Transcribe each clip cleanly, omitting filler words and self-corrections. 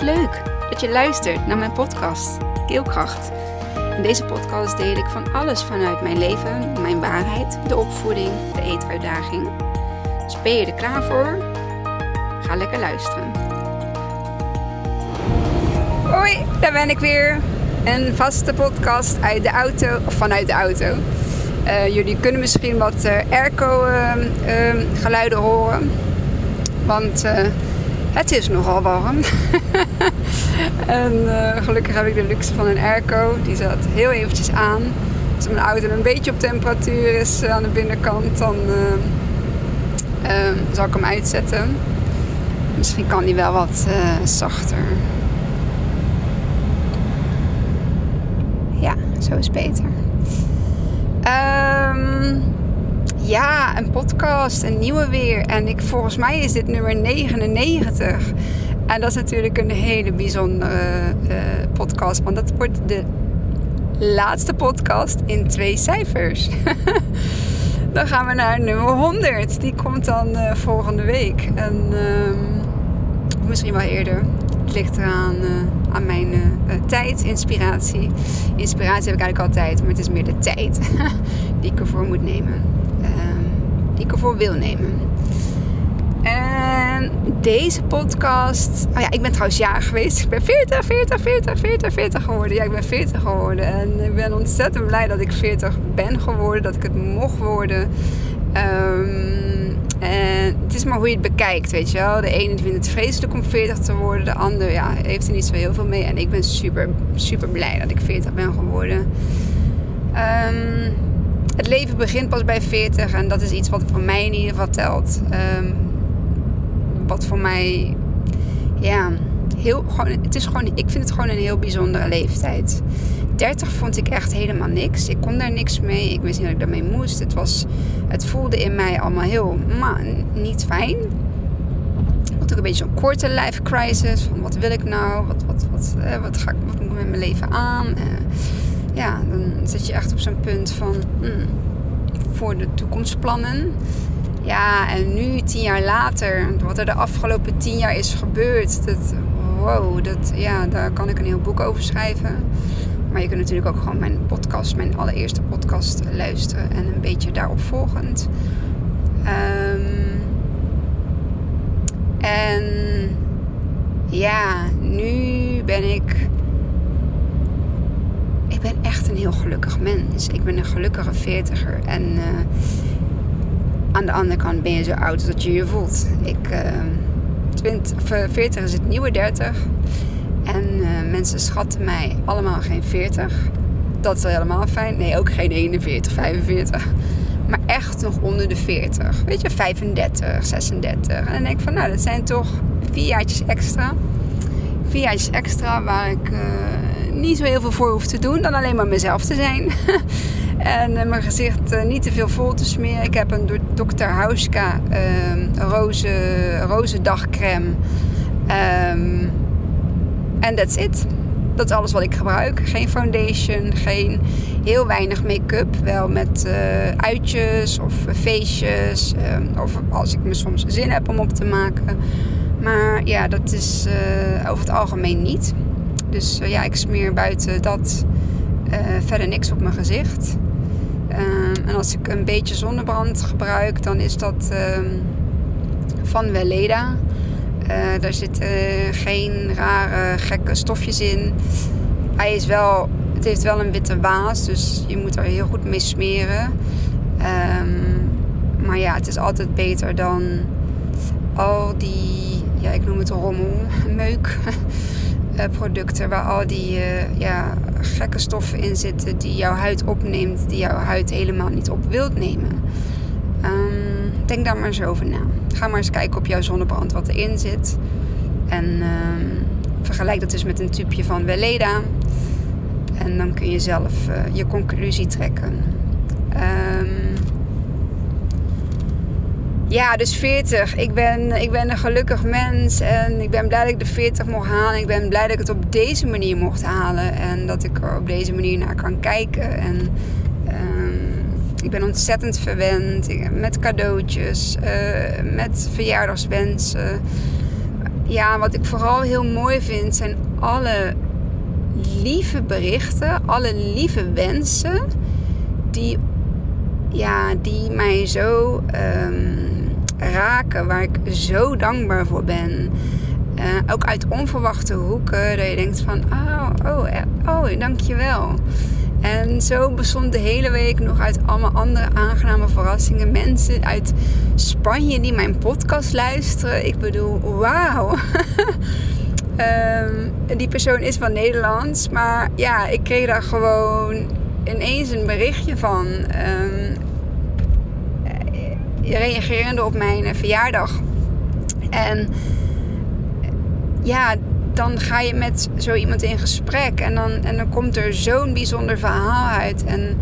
Wat leuk dat je luistert naar mijn podcast Keelkracht. In deze podcast deel ik van alles vanuit mijn leven, mijn waarheid, de opvoeding, de eetuitdaging. Dus ben je er klaar voor? Ga lekker luisteren. Hoi, daar ben ik weer. Een vaste podcast uit de auto, of vanuit de auto. Jullie kunnen misschien wat airco geluiden horen. Want het is nogal warm. En gelukkig heb ik de luxe van een airco. Die zat heel eventjes aan. Als mijn auto een beetje op temperatuur is aan de binnenkant, dan zal ik hem uitzetten. Misschien kan die wel wat zachter. Ja, zo is beter. Ja, een podcast, een nieuwe weer. En volgens mij is dit nummer 99. En dat is natuurlijk een hele bijzondere podcast. Want dat wordt de laatste podcast in 2 cijfers. Dan gaan we naar nummer 100. Die komt dan volgende week. En misschien wel eerder. Het ligt eraan aan mijn tijd, inspiratie. Inspiratie heb ik eigenlijk altijd, maar het is meer de tijd die ik ervoor moet nemen. Die ik ervoor wil nemen. En deze podcast... Oh ja, ik ben trouwens jarig geweest. Ik ben 40 geworden. Ja, ik ben 40 geworden. En ik ben ontzettend blij dat ik 40 ben geworden. Dat ik het mocht worden. En het is maar hoe je het bekijkt, weet je wel. De ene vindt het vreselijk om 40 te worden. De ander heeft er niet zo heel veel mee. En ik ben super, super blij dat ik 40 ben geworden. Het leven begint pas bij 40. En dat is iets wat voor mij in ieder geval telt. Wat voor mij... Ja, ik vind het gewoon een heel bijzondere leeftijd. 30 vond ik echt helemaal niks. Ik kon daar niks mee. Ik wist niet dat ik daarmee moest. Het voelde in mij allemaal heel niet fijn. Had ook een beetje zo'n korte life crisis. Van wat wil ik nou? Wat moet ik met mijn leven aan? Ja, dan zit je echt op zo'n punt van... voor de toekomstplannen. Ja, en nu 10 jaar later... Wat er de afgelopen 10 jaar is gebeurd... daar kan ik een heel boek over schrijven. Maar je kunt natuurlijk ook gewoon mijn allereerste podcast luisteren. En een beetje daarop volgend. En ja, nu ben ik... Ik ben echt een heel gelukkig mens. Ik ben een gelukkige 40er. En aan de andere kant ben je zo oud dat je je voelt. 40 is het nieuwe 30. En mensen schatten mij allemaal geen 40. Dat is wel helemaal fijn. Nee, ook geen 41, 45. Maar echt nog onder de 40. Weet je, 35, 36. En dan denk ik van, dat zijn toch 4 jaartjes extra. 4 jaartjes extra waar ik niet zo heel veel voor hoef te doen. Dan alleen maar mezelf te zijn. En mijn gezicht niet te veel vol te smeren. Ik heb een Dr. Hauska roze dagcreme. En that's it. Dat is alles wat ik gebruik. Geen foundation, heel weinig make-up. Wel met uitjes of feestjes. Of als ik me soms zin heb om op te maken. Maar ja, dat is over het algemeen niet. Dus ik smeer buiten dat verder niks op mijn gezicht. En als ik een beetje zonnebrand gebruik, dan is dat van Weleda. Daar zitten geen rare, gekke stofjes in. Het heeft wel een witte waas, dus je moet er heel goed mee smeren. Maar ja, het is altijd beter dan al die, ik noem het rommelmeuk producten waar al die gekke stoffen in zitten die jouw huid opneemt, die jouw huid helemaal niet op wilt nemen. Denk daar maar eens over na. Ga maar eens kijken op jouw zonnebrand wat erin zit. En vergelijk dat dus met een tubeje van Weleda. En dan kun je zelf je conclusie trekken. Dus 40. Ik ben een gelukkig mens. En ik ben blij dat ik de 40 mocht halen. Ik ben blij dat ik het op deze manier mocht halen. En dat ik er op deze manier naar kan kijken. En ik ben ontzettend verwend. Met cadeautjes. Met verjaardagswensen. ja, wat ik vooral heel mooi vind zijn alle lieve berichten, alle lieve wensen die mij zo raken, waar ik zo dankbaar voor ben. Ook uit onverwachte hoeken, dat je denkt van, dankjewel. En zo bestond de hele week nog uit allemaal andere aangename verrassingen. Mensen uit Spanje die mijn podcast luisteren. Ik bedoel, wauw. Die persoon is van Nederlands. Maar ja, ik kreeg daar gewoon ineens een berichtje van. Reagerende op mijn verjaardag. En ja, dan ga je met zo iemand in gesprek. En dan komt er zo'n bijzonder verhaal uit. En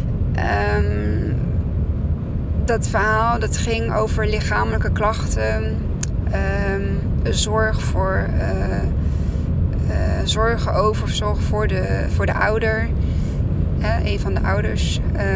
dat verhaal, dat ging over lichamelijke klachten. Zorg voor de ouder. Een van de ouders.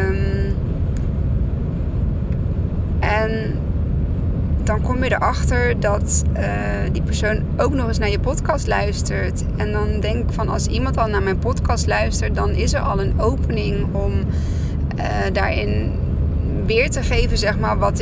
En dan kom je erachter dat die persoon ook nog eens naar je podcast luistert. En dan denk ik van, als iemand al naar mijn podcast luistert, dan is er al een opening om daarin weer te geven, zeg maar, wat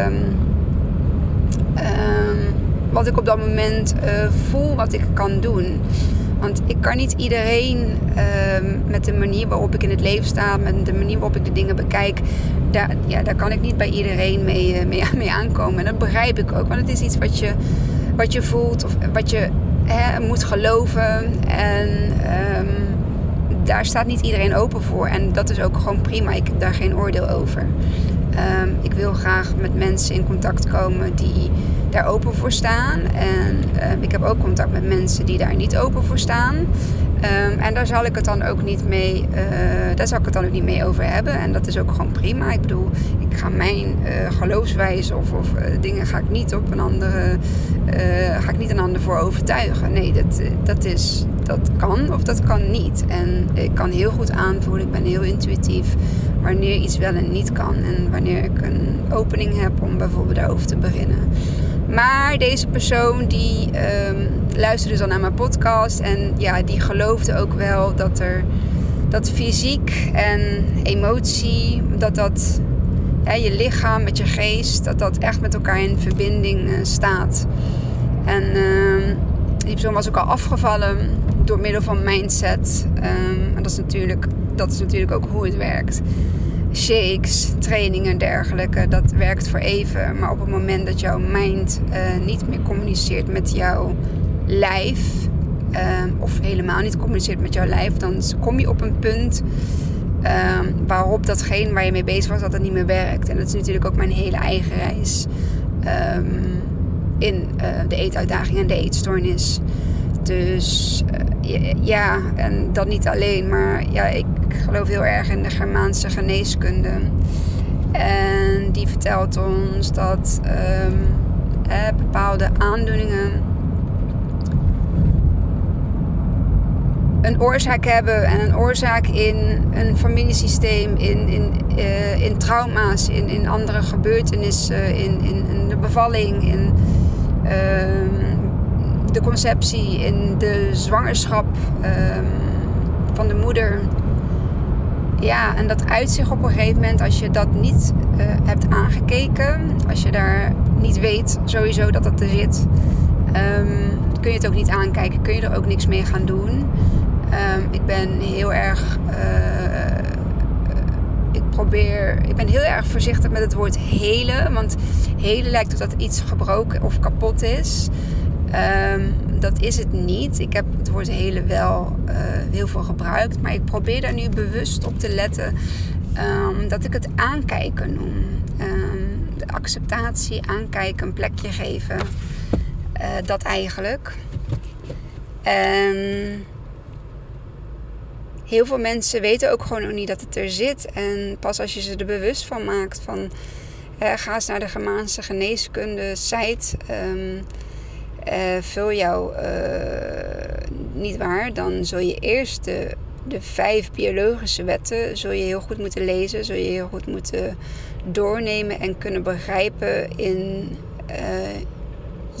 ik op dat moment voel, wat ik kan doen. Want ik kan niet iedereen met de manier waarop ik in het leven sta, met de manier waarop ik de dingen bekijk, daar kan ik niet bij iedereen mee aankomen. En dat begrijp ik ook, want het is iets wat je voelt of wat je moet geloven. En daar staat niet iedereen open voor. En dat is ook gewoon prima. Ik heb daar geen oordeel over. Ik wil graag met mensen in contact komen die daar open voor staan. En ik heb ook contact met mensen die daar niet open voor staan. En daar zal ik het dan ook niet mee over hebben. En dat is ook gewoon prima. Ik bedoel, ik ga mijn geloofswijze of dingen ga ik niet op een andere, ga ik niet een ander voor overtuigen. Nee, dat kan of dat kan niet. En ik kan heel goed aanvoelen, ik ben heel intuïtief wanneer iets wel en niet kan. En wanneer ik een opening heb om bijvoorbeeld daarover te beginnen. Maar deze persoon die luisterde dus al naar mijn podcast. En ja, die geloofde ook wel dat fysiek en emotie, dat je lichaam met je geest, dat echt met elkaar in verbinding staat. En die persoon was ook al afgevallen door middel van mindset. En dat is natuurlijk ook hoe het werkt. Shakes, trainingen en dergelijke, dat werkt voor even. Maar op het moment dat jouw mind niet meer communiceert met jouw lijf, of helemaal niet communiceert met jouw lijf, dan kom je op een punt waarop datgene waar je mee bezig was, dat het niet meer werkt. En dat is natuurlijk ook mijn hele eigen reis in de eetuitdaging en de eetstoornis. Dus ja, en dat niet alleen, maar ja, ik geloof heel erg in de Germaanse geneeskunde. En die vertelt ons dat bepaalde aandoeningen een oorzaak hebben. En een oorzaak in een familiesysteem, in trauma's, in andere gebeurtenissen, in de bevalling, in de conceptie, in de zwangerschap van de moeder. Ja, en dat uitzicht op een gegeven moment, als je dat niet hebt aangekeken, als je daar niet weet sowieso dat dat er zit, kun je het ook niet aankijken, kun je er ook niks mee gaan doen. Ik ben heel erg ik ben heel erg voorzichtig met het woord helen, want helen lijkt alsof dat iets gebroken of kapot is. Dat is het niet. Ik heb het woord helen wel heel veel gebruikt. Maar ik probeer daar nu bewust op te letten dat ik het aankijken noem. De acceptatie, aankijken, een plekje geven. Dat eigenlijk. En heel veel mensen weten ook gewoon nog niet dat het er zit. En pas als je ze er bewust van maakt van ga eens naar de Germaanse geneeskunde site. Vul jou niet waar, dan zul je eerst de 5 biologische wetten zul je heel goed moeten lezen, zul je heel goed moeten doornemen en kunnen begrijpen in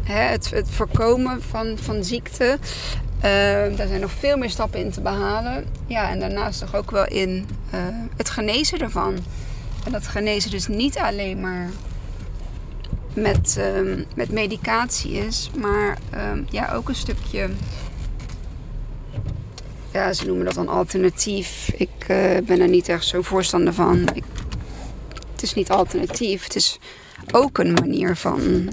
Het voorkomen van ziekte. Daar zijn nog veel meer stappen in te behalen. Ja, en daarnaast toch ook wel in het genezen ervan. En dat genezen dus niet alleen maar met medicatie is, maar ook een stukje, ja, ze noemen dat dan alternatief. Ik ben er niet echt zo'n voorstander van. Het is niet alternatief, het is ook een manier van.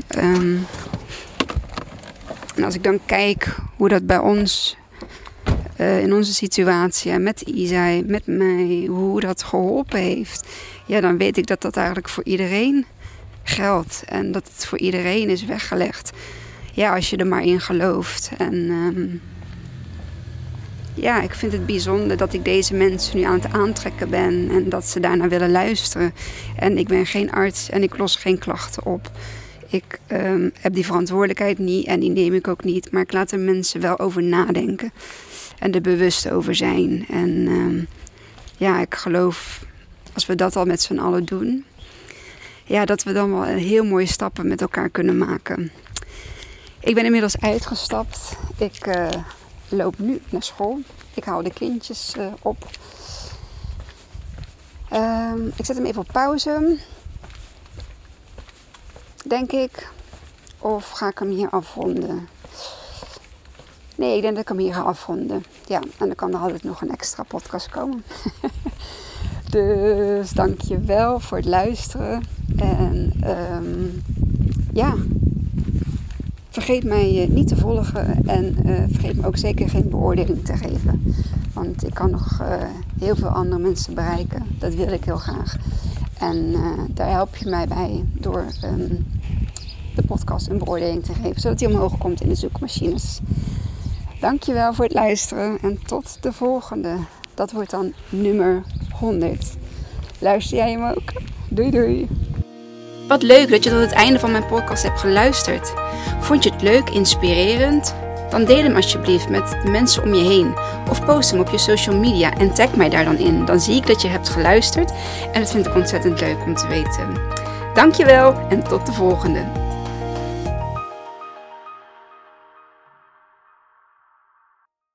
En als ik dan kijk hoe dat bij ons, in onze situatie, met Isai, met mij, hoe dat geholpen heeft, ja, dan weet ik dat dat eigenlijk voor iedereen geldt. En dat het voor iedereen is weggelegd. Ja, als je er maar in gelooft. En ik vind het bijzonder dat ik deze mensen nu aan het aantrekken ben. En dat ze daarnaar willen luisteren. En ik ben geen arts en ik los geen klachten op. Ik heb die verantwoordelijkheid niet en die neem ik ook niet. Maar ik laat er mensen wel over nadenken. En er bewust over zijn. En ik geloof, als we dat al met z'n allen doen, ja, dat we dan wel heel mooie stappen met elkaar kunnen maken. Ik ben inmiddels uitgestapt. Ik loop nu naar school. Ik haal de kindjes op. Ik zet hem even op pauze, denk ik. Of ga ik hem hier afronden? Nee, ik denk dat ik hem hier ga afronden. Ja, en dan kan er altijd nog een extra podcast komen. Dus dank je wel voor het luisteren. En vergeet mij niet te volgen. En vergeet me ook zeker geen beoordeling te geven. Want ik kan nog heel veel andere mensen bereiken. Dat wil ik heel graag. En daar help je mij bij door de podcast een beoordeling te geven. Zodat die omhoog komt in de zoekmachines. Dankjewel voor het luisteren. En tot de volgende. Dat wordt dan nummer 100. Luister jij hem ook? Doei doei. Wat leuk dat je tot het einde van mijn podcast hebt geluisterd. Vond je het leuk, inspirerend? Dan deel hem alsjeblieft met de mensen om je heen. Of post hem op je social media en tag mij daar dan in. Dan zie ik dat je hebt geluisterd. En dat vind ik ontzettend leuk om te weten. Dankjewel en tot de volgende.